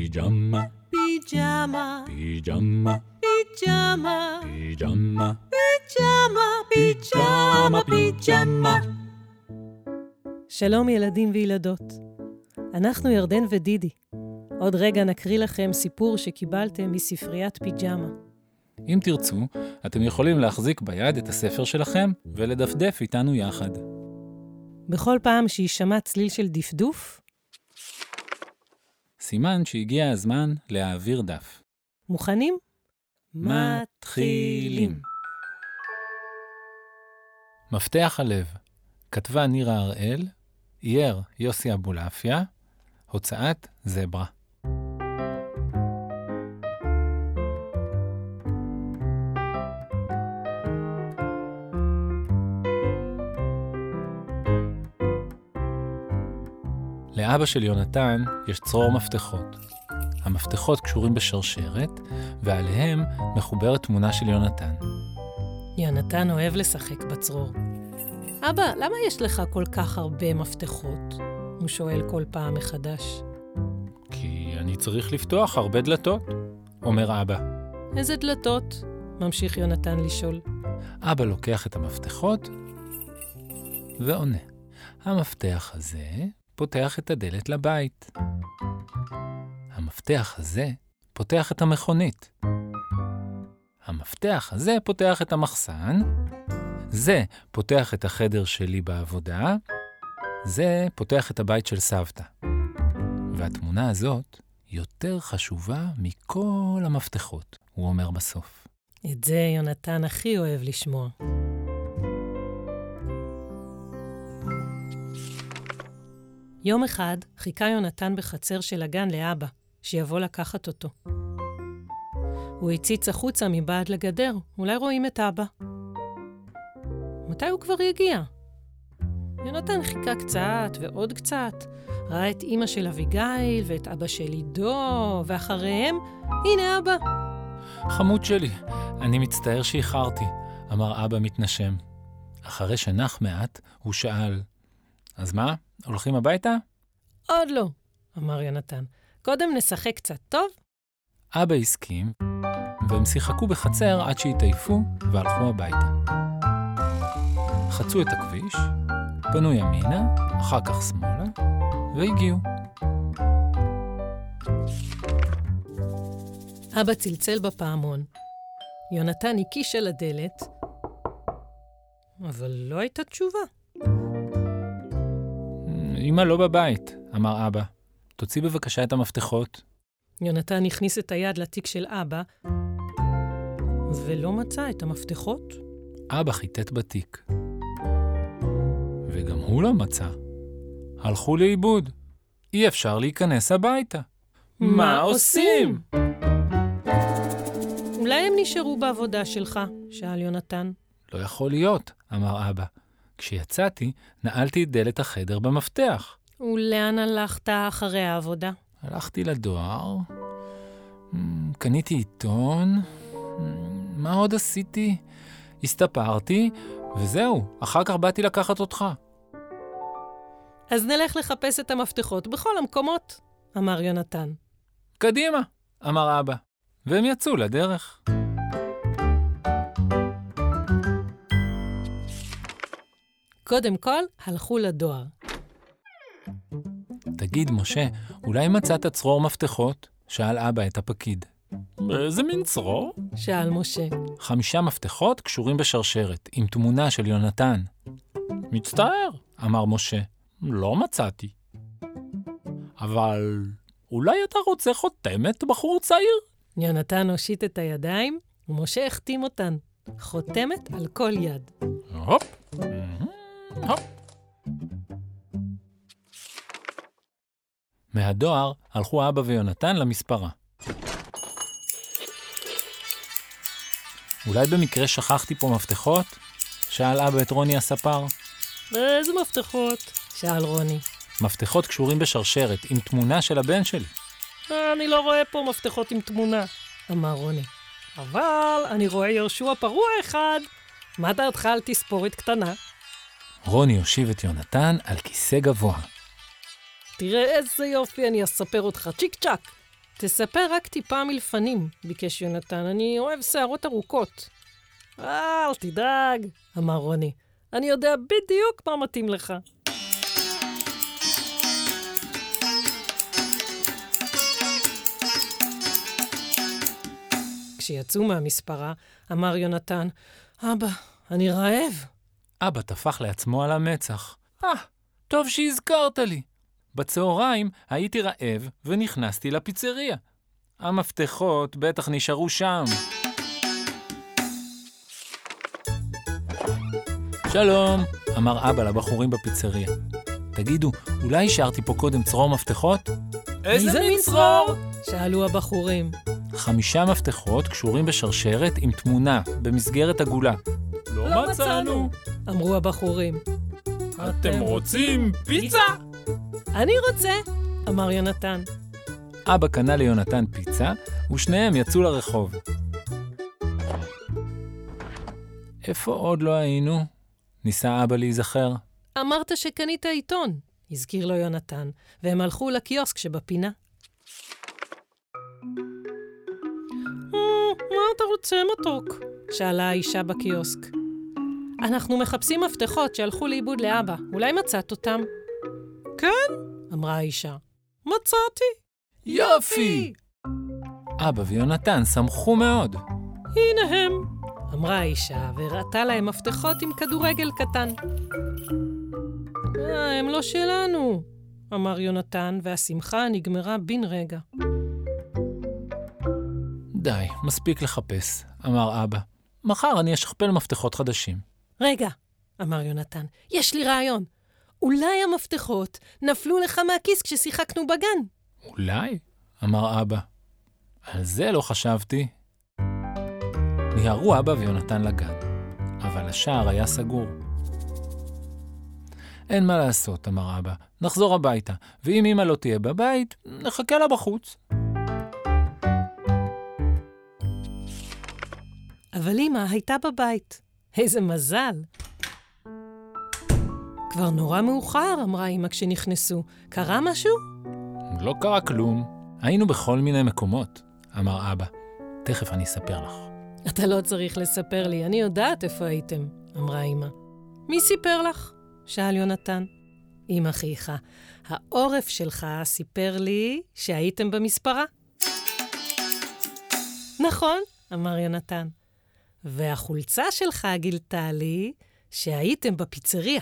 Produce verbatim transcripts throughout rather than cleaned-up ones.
פיג'מה, פיג'מה, פיג'מה, פיג'מה, פיג'מה, פיג'מה, פיג'מה, פיג'מה. שלום ילדים וילדות. אנחנו ירדן ודידי. עוד רגע נקריא לכם סיפור שקיבלתם מספריית פיג'מה. אם תרצו, אתם יכולים להחזיק ביד את הספר שלכם ולדפדף איתנו יחד. בכל פעם שישמע צליל של דפדוף, סימן שהגיע הזמן להעביר דף. מוכנים? מתחילים. מפתח הלב. כתבה נירה הראל, אייר יוסי אבולעפיה, הוצאת זברה. לאבא של יונתן יש צרור מפתחות. המפתחות קשורים בשרשרת, ועליהם מחוברת תמונה של יונתן. יונתן אוהב לשחק בצרור. אבא, למה יש לך כל כך הרבה מפתחות? הוא שואל כל פעם מחדש. כי אני צריך לפתוח הרבה דלתות, אומר אבא. איזה דלתות? ממשיך יונתן לשאול. אבא לוקח את המפתחות ועונה. המפתח הזה פותח את הדלת לבית. המפתח הזה פותח את המכונית. המפתח הזה פותח את המחסן. זה פותח את החדר שלי בעבודה. זה פותח את הבית של סבתא. והתמונה הזאת יותר חשובה מכל המפתחות, הוא אומר בסוף. את זה יונתן הכי אוהב לשמוע. יום אחד חיכה יונתן בחצר של הגן לאבא, שיבוא לקחת אותו. הוא הציץ החוצה מבעד לגדר, אולי רואים את אבא. מתי הוא כבר יגיע? יונתן חיכה קצת ועוד קצת, ראה את אמא של אביגיל ואת אבא של עידו, ואחריהם, הנה אבא. חמוד שלי, אני מצטער שאיחרתי, אמר אבא מתנשם. אחרי שנח מעט, הוא שאל, אז מה, הולכים הביתה? עוד לא, אמר יונתן. קודם נשחק קצת, טוב? אבא הסכים, והם שיחקו בחצר עד שהתעייפו והלכו הביתה. חצו את הכביש, פנו ימינה, אחר כך שמאלה, והגיעו. אבא צלצל בפעמון. יונתן הקיש על הדלת, אבל לא הייתה תשובה. אמא לא בבית, אמר אבא. תוציא בבקשה את המפתחות. יונתן הכניס את היד לתיק של אבא, ולא מצא את המפתחות. אבא חיטט בתיק. וגם הוא לא מצא. הלכו לאיבוד. אי אפשר להיכנס הביתה. מה עושים? אולי הם נשארו בעבודה שלך, שאל יונתן. לא יכול להיות, אמר אבא. כשיצאתי, נעלתי את דלת החדר במפתח. ולאן הלכת אחרי העבודה? הלכתי לדואר, קניתי עיתון, מה עוד עשיתי? הסתפרתי, וזהו, אחר כך באתי לקחת אותך. אז נלך לחפש את המפתחות בכל המקומות, אמר יונתן. קדימה, אמר אבא, והם יצאו לדרך. קודם כל, הלכו לדואר. תגיד, משה, אולי מצאת צרור מפתחות? שאל אבא את הפקיד. איזה מין צרור? שאל משה. חמישה מפתחות קשורים בשרשרת, עם תמונה של יונתן. מצטער, אמר משה. לא מצאתי. אבל אולי אתה רוצה חותמת, בחור צעיר? יונתן הושיט את הידיים, ומשה החתים אותן. חותמת על כל יד. הופ, הופ. מהדואר הלכו אבא ויונתן למספרה. אולי במקרה שכחתי פה מפתחות? שאל אבא את רוני הספר. איזה מפתחות? שאל רוני. מפתחות קשורים בשרשרת עם תמונה של הבן שלי. אני לא רואה פה מפתחות עם תמונה, אמר רוני. אבל אני רואה יהושע פרוע אחד. מה דעתך על תספורת קטנה? רוני הושיב את יונתן על כיסא גבוה. תראה איזה יופי, אני אספר אותך צ'יק צ'ק. תספר רק טיפה מלפנים, ביקש יונתן, אני אוהב שערות ארוכות. אל תדאג, אמר רוני, אני יודע בדיוק מה מתאים לך. כשיצאו מהמספרה, אמר יונתן, אבא, אני רעב. אבא תפח לעצמו על המצח. אה, טוב שהזכרת לי. בצהריים הייתי רעב ונכנסתי לפיצריה. המפתחות בטח נשארו שם. שלום, אמר אבא לבחורים בפיצריה. תגידו, אולי השארתי פה קודם צרור מפתחות? איזה מין צרור? שאלו הבחורים. חמישה מפתחות קשורים בשרשרת עם תמונה במסגרת עגולה. לא, לא מצאנו, אמרו הבחורים. אתם רוצים פיצה? אני רוצה, אמר יונתן. אבא קנה ליונתן פיצה, ושניהם יצאו לרחוב. איפה עוד לא היינו? ניסה אבא להיזכר. אמרת שקנית עיתון, הזכיר לו יונתן, והם הלכו לקיוסק שבפינה. מה אתה רוצה, מתוק? שאלה האישה בקיוסק. אנחנו מחפשים מפתחות שהלכו לאיבוד לאבא. אולי מצאת אותם? כן, אמרה האישה. מצאתי. יופי! אבא ויונתן שמחו מאוד. הנה הם, אמרה האישה, וראתה להם מפתחות עם כדורגל קטן. אה, הם לא שלנו, אמר יונתן, והשמחה נגמרה בן רגע. די, מספיק לחפש, אמר אבא. מחר אני אשכפל מפתחות חדשים. רגע, אמר יונתן, יש לי רעיון. אולי המפתחות נפלו לך מהכיס כששיחקנו בגן. אולי? אמר אבא. על זה לא חשבתי. נהרו אבא ויונתן לגן, אבל השער היה סגור. אין מה לעשות, אמר אבא. נחזור הביתה, ואם אמא לא תהיה בבית, נחכה לה בחוץ. אבל אמא הייתה בבית. איזה מזל. כבר נורא מאוחר, אמרה אמא כשנכנסו. קרה משהו? לא קרה כלום. היינו בכל מיני מקומות, אמר אבא. תכף אני אספר לך. אתה לא צריך לספר לי, אני יודעת איפה הייתם, אמרה אמא. מי סיפר לך? שאל יונתן. אמא חייכה. העורף שלך סיפר לי שהייתם במספרה. נכון, אמר יונתן. והחולצה שלך גילתה לי שהייתם בפיצריה.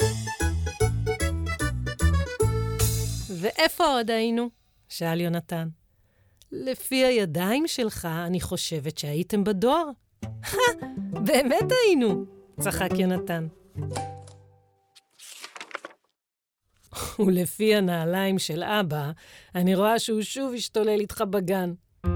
ואיפה עוד היינו? שאל יונתן. לפי הידיים שלך, אני חושבת שהייתם בדואר. באמת היינו, צחק יונתן. ולפי הנעליים של אבא, אני רואה שהוא שוב השתולל איתך בגן.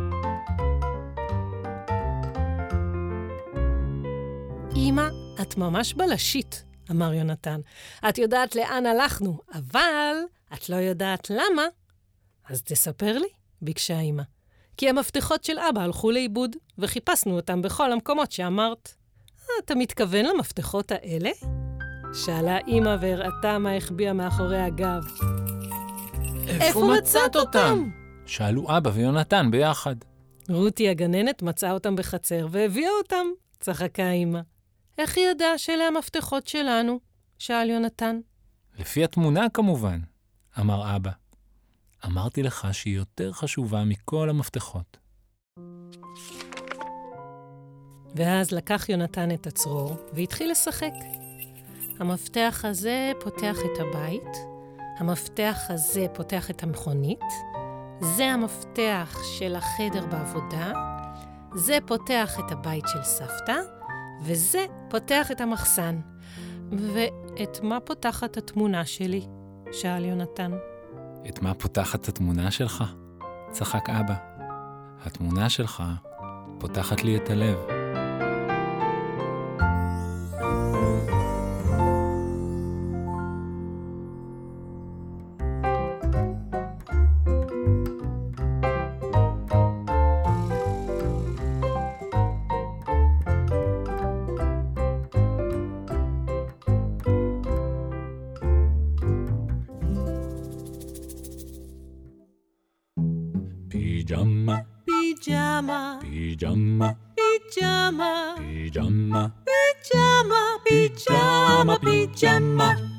אמא, את ממש בלשית, אמר יונתן. את יודעת לאן הלכנו, אבל את לא יודעת למה. אז תספר לי, ביקשה אמא. כי המפתחות של אבא הלכו לאיבוד, וחיפשנו אותם בכל המקומות שאמרת. אתה מתכוון למפתחות האלה? שאלה אמא והראתה מה החביאה מאחורי הגב. איפה מצאת אותם? שאלו אבא ויונתן ביחד. רותי הגננת מצאה אותם בחצר והביאה אותם, צחקה אמא. איך היא ידעה שאלה המפתחות שלנו? שאל יונתן. לפי התמונה כמובן, אמר אבא. אמרתי לך שהיא יותר חשובה מכל המפתחות. ואז לקח יונתן את הצרור והתחיל לשחק. המפתח הזה פותח את הבית, המפתח הזה פותח את המכונית, זה המפתח של החדר בעבודה, זה פותח את הבית של סבתא, וזה פותח את המחסן. ואת מה פותחת התמונה שלי? שאל יונתן. את מה פותחת התמונה שלך? צחק אבא. התמונה שלך פותחת לי את הלב. פיג'מה, פיג'מה, פיג'מה, פיג'מה, פיג'מה, פיג'מה, פיג'מה, פיג'מה.